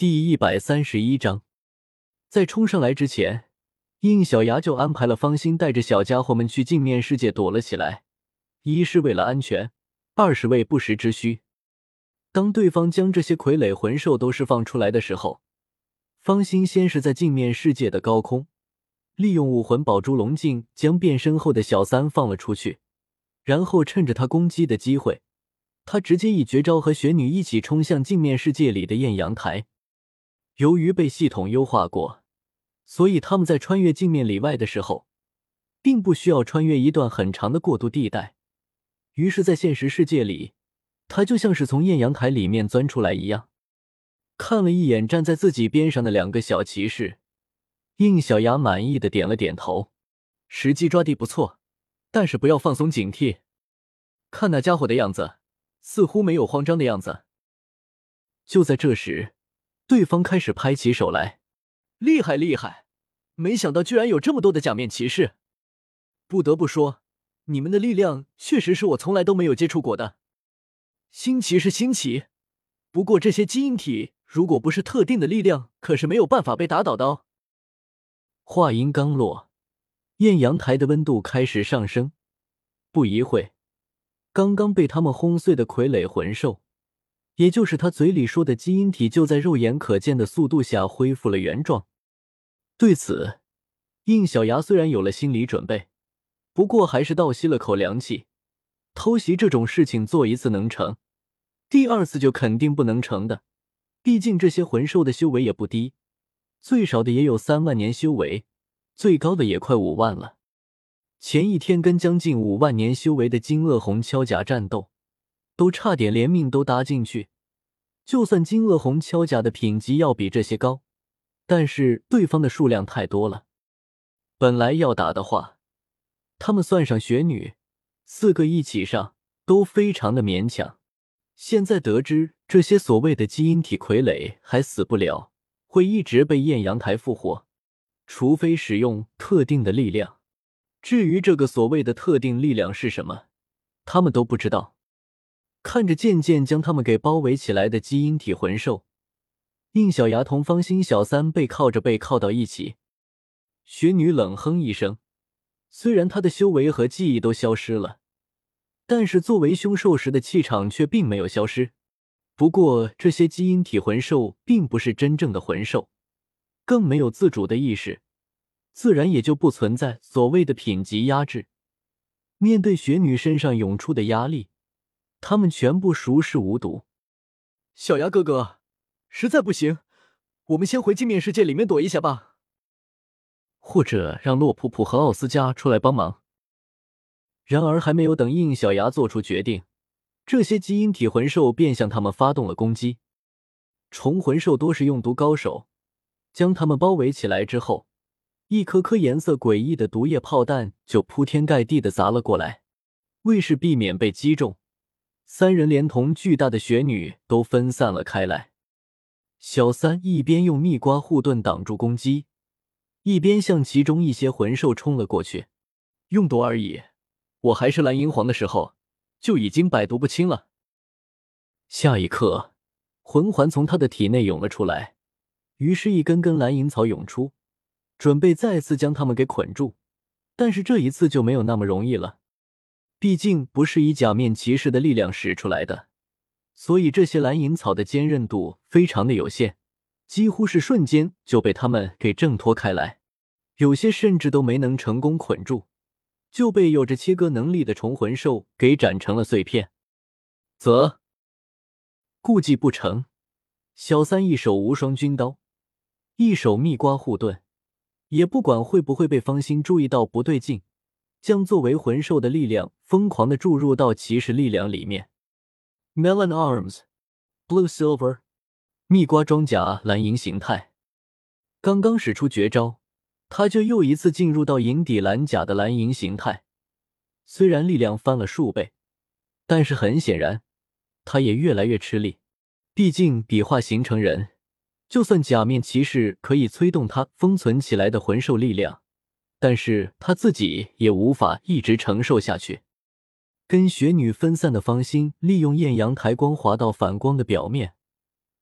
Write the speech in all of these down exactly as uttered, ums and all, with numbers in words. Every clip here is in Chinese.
第一百三十一章，在冲上来之前，应小牙就安排了方心带着小家伙们去镜面世界躲了起来，一是为了安全，二是为不时之需。当对方将这些傀儡魂兽都释放出来的时候，方心先是在镜面世界的高空，利用武魂宝珠龙镜将变身后的小三放了出去，然后趁着他攻击的机会，他直接以绝招和雪女一起冲向镜面世界里的艳阳台。由于被系统优化过，所以他们在穿越镜面里外的时候，并不需要穿越一段很长的过渡地带。于是在现实世界里，他就像是从艳阳台里面钻出来一样。看了一眼站在自己边上的两个小骑士，应小牙满意的点了点头，时机抓地不错，但是不要放松警惕。看那家伙的样子，似乎没有慌张的样子。就在这时，对方开始拍起手来，厉害厉害，没想到居然有这么多的假面骑士。不得不说，你们的力量确实是我从来都没有接触过的。新奇是新奇，不过这些基因体如果不是特定的力量，可是没有办法被打倒的哦。话音刚落，艳阳台的温度开始上升，不一会，刚刚被他们轰碎的傀儡魂兽，也就是他嘴里说的基因体，就在肉眼可见的速度下恢复了原状。对此，应小牙虽然有了心理准备，不过还是倒吸了口凉气。偷袭这种事情做一次能成，第二次就肯定不能成的。毕竟这些魂兽的修为也不低，最少的也有三万年修为，最高的也快五万了。前一天跟将近五万年修为的金鳄红锹甲战斗，都差点连命都搭进去。就算金鳄红锹甲的品级要比这些高，但是对方的数量太多了。本来要打的话，他们算上雪女，四个一起上都非常的勉强。现在得知这些所谓的基因体傀儡还死不了，会一直被艳阳台复活，除非使用特定的力量。至于这个所谓的特定力量是什么，他们都不知道。看着渐渐将他们给包围起来的基因体魂兽，应小牙同方心小三背靠着背靠到一起。雪女冷哼一声，虽然她的修为和记忆都消失了，但是作为凶兽时的气场却并没有消失。不过这些基因体魂兽并不是真正的魂兽，更没有自主的意识，自然也就不存在所谓的品级压制。面对雪女身上涌出的压力，他们全部熟视无睹。小牙哥哥，实在不行，我们先回镜面世界里面躲一下吧。或者让洛普普和奥斯加出来帮忙。然而还没有等应小牙做出决定，这些基因体魂兽便向他们发动了攻击。虫魂兽多是用毒高手，将他们包围起来之后，一颗颗颜色诡异的毒液炮弹就铺天盖地地砸了过来。为是避免被击中，三人连同巨大的雪女都分散了开来。小三一边用蜜瓜护盾挡住攻击，一边向其中一些魂兽冲了过去。用毒而已，我还是蓝银皇的时候就已经百毒不侵了。下一刻，魂环从他的体内涌了出来，于是一根根蓝银草涌出，准备再次将他们给捆住。但是这一次就没有那么容易了，毕竟不是以假面骑士的力量使出来的，所以这些蓝银草的坚韧度非常的有限，几乎是瞬间就被他们给挣脱开来，有些甚至都没能成功捆住，就被有着切割能力的虫魂兽给斩成了碎片。啧，顾忌不成，小三一手无双军刀，一手蜜瓜护盾，也不管会不会被方心注意到不对劲，将作为魂兽的力量疯狂地注入到骑士力量里面。Melon Arms Blue Silver 蜜瓜装甲蓝银形态，刚刚使出绝招，他就又一次进入到银底蓝甲的蓝银形态。虽然力量翻了数倍，但是很显然他也越来越吃力。毕竟笔画形成人，就算假面骑士可以催动他封存起来的魂兽力量，但是他自己也无法一直承受下去。跟雪女分散的方心利用艳阳台光滑到反光的表面，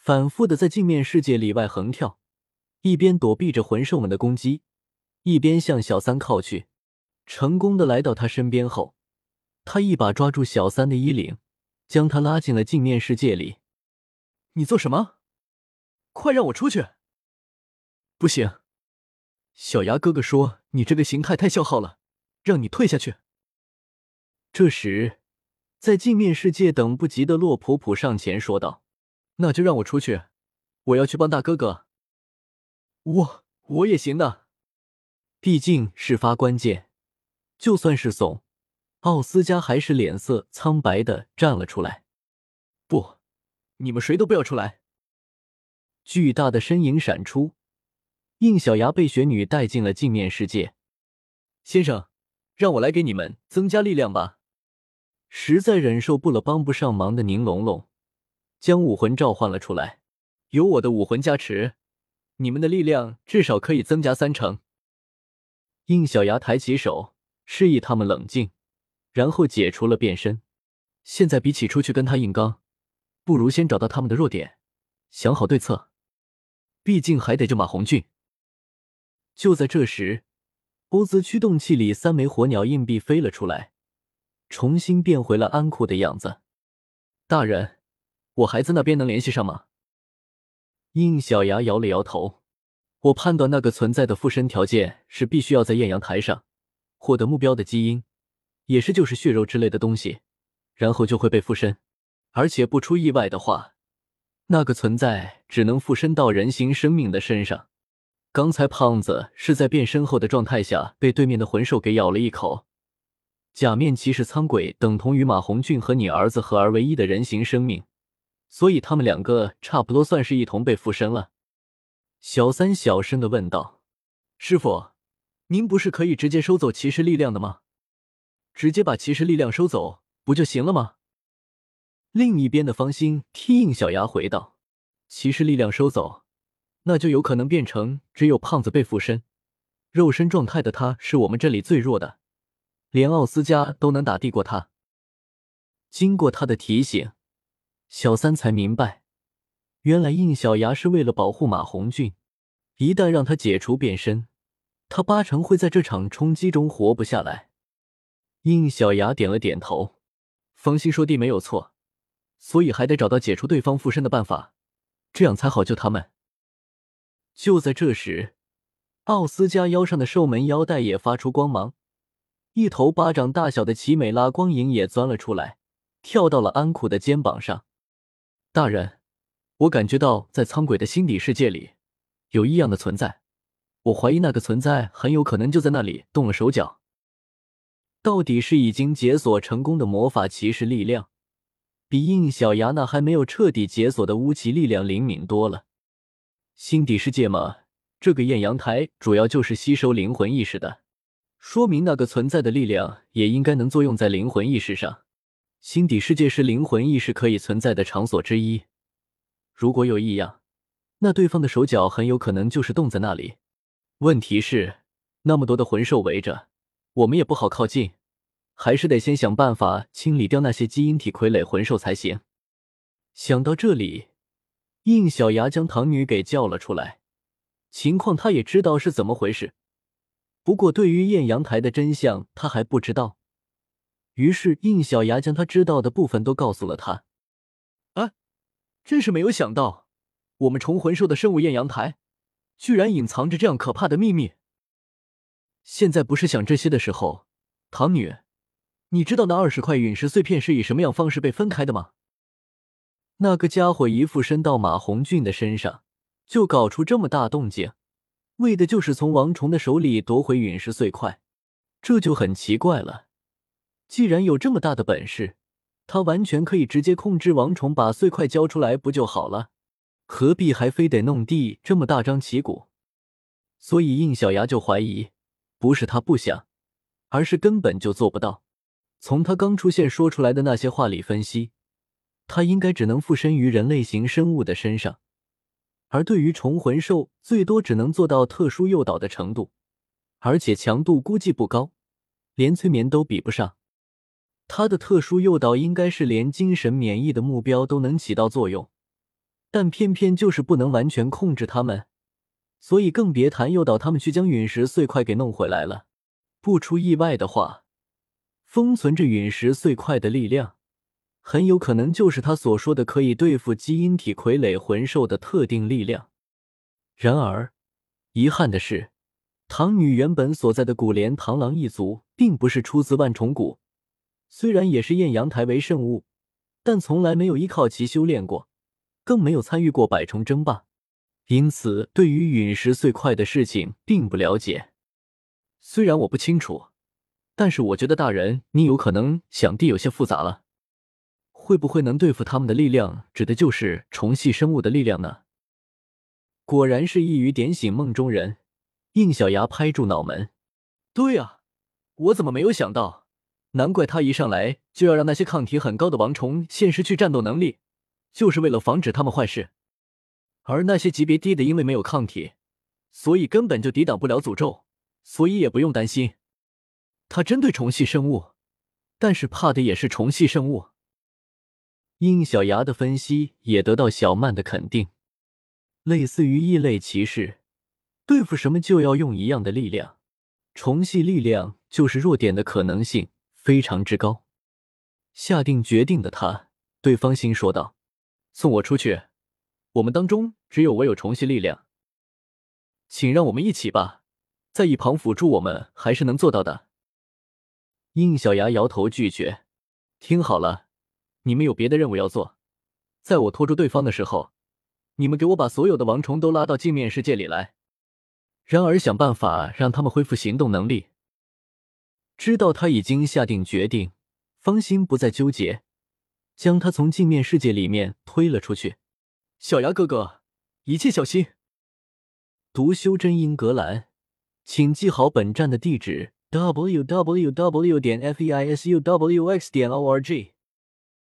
反复的在镜面世界里外横跳，一边躲避着魂兽们的攻击，一边向小三靠去。成功的来到他身边后，他一把抓住小三的衣领，将他拉进了镜面世界里。你做什么？快让我出去！不行，小牙哥哥说你这个形态太消耗了，让你退下去。这时，在镜面世界等不及的洛普普上前说道：那就让我出去，我要去帮大哥哥。我我也行的。毕竟事发关键，就算是怂，奥斯加还是脸色苍白的站了出来。不，你们谁都不要出来！巨大的身影闪出，应小牙被雪女带进了镜面世界。先生，让我来给你们增加力量吧。实在忍受不了帮不上忙的宁龙龙，将武魂召唤了出来。有我的武魂加持，你们的力量至少可以增加三成。应小牙抬起手，示意他们冷静，然后解除了变身。现在比起出去跟他硬刚，不如先找到他们的弱点，想好对策。毕竟还得救马红俊。就在这时，欧兹驱动器里三枚火鸟硬币飞了出来，重新变回了安库的样子。大人，我孩子那边能联系上吗？应小牙摇了摇头。我判断那个存在的附身条件是必须要在艳阳台上获得目标的基因，也是就是血肉之类的东西，然后就会被附身。而且不出意外的话，那个存在只能附身到人形生命的身上。刚才胖子是在变身后的状态下被对面的魂兽给咬了一口。假面骑士苍鬼等同于马红俊和你儿子合而为一的人形生命，所以他们两个差不多算是一同被附身了。小三小声地问道：师傅，您不是可以直接收走骑士力量的吗？直接把骑士力量收走不就行了吗？另一边的方心踢应小牙回道：骑士力量收走，那就有可能变成只有胖子被附身，肉身状态的他是我们这里最弱的，连奥斯加都能打得过他。经过他的提醒，小三才明白，原来应小牙是为了保护马红俊，一旦让他解除变身，他八成会在这场冲击中活不下来。应小牙点了点头，方心说的没有错，所以还得找到解除对方附身的办法，这样才好救他们。就在这时，奥斯加腰上的兽门腰带也发出光芒，一头巴掌大小的奇美拉光影也钻了出来，跳到了安库的肩膀上。大人，我感觉到在苍鬼的心底世界里有异样的存在，我怀疑那个存在很有可能就在那里动了手脚。到底是已经解锁成功的魔法骑士力量，比应小牙那还没有彻底解锁的巫骑力量灵敏多了。心底世界嘛，这个艳阳台主要就是吸收灵魂意识的，说明那个存在的力量也应该能作用在灵魂意识上。心底世界是灵魂意识可以存在的场所之一，如果有异样，那对方的手脚很有可能就是动在那里。问题是，那么多的魂兽围着，我们也不好靠近，还是得先想办法清理掉那些基因体傀儡魂兽才行。想到这里，应小牙将堂女给叫了出来，情况他也知道是怎么回事，不过对于艳阳台的真相他还不知道，于是应小牙将他知道的部分都告诉了他。啊，真是没有想到，我们虫魂兽的生物艳阳台居然隐藏着这样可怕的秘密。现在不是想这些的时候，堂女，你知道那二十块陨石碎片是以什么样方式被分开的吗？那个家伙一附身到马红俊的身上，就搞出这么大动静，为的就是从王虫的手里夺回陨石碎块，这就很奇怪了。既然有这么大的本事，他完全可以直接控制王虫把碎块交出来不就好了，何必还非得弄地这么大张旗鼓？所以应小牙就怀疑，不是他不想，而是根本就做不到。从他刚出现说出来的那些话里分析，他应该只能附身于人类型生物的身上，而对于虫魂兽最多只能做到特殊诱导的程度，而且强度估计不高，连催眠都比不上。他的特殊诱导应该是连精神免疫的目标都能起到作用， 但偏偏就是不能完全控制他们，所以更别谈诱导他们去将陨石碎块给弄回来了。不出意外的话，封存着陨石碎块的力量，很有可能就是他所说的可以对付基因体傀儡魂兽的特定力量。然而，遗憾的是，唐女原本所在的古莲螳螂一族并不是出自万重谷，虽然也是艳阳台为圣物，但从来没有依靠其修炼过，更没有参与过百重争霸，因此对于陨石碎块的事情并不了解。虽然我不清楚，但是我觉得大人你有可能想的有些复杂了。会不会能对付他们的力量，指的就是虫系生物的力量呢？果然是一语点醒梦中人，应小牙拍住脑门。对啊，我怎么没有想到，难怪他一上来就要让那些抗体很高的王虫先失去战斗能力，就是为了防止他们坏事。而那些级别低的因为没有抗体，所以根本就抵挡不了诅咒，所以也不用担心。他针对虫系生物，但是怕的也是虫系生物。应小牙的分析也得到小曼的肯定，类似于异类骑士，对付什么就要用一样的力量，虫系力量就是弱点的可能性非常之高。下定决定的他对方心说道：送我出去，我们当中只有我有虫系力量，请让我们一起吧，在一旁辅助我们还是能做到的。应小牙摇头拒绝，听好了，你们有别的任务要做，在我拖住对方的时候，你们给我把所有的王虫都拉到镜面世界里来，然而想办法让他们恢复行动能力。知道他已经下定决定，方心不再纠结，将他从镜面世界里面推了出去。小牙哥哥，一切小心。读修真英格兰，请记好本站的地址 ：double u double u double u 点 feisuwx 点 org。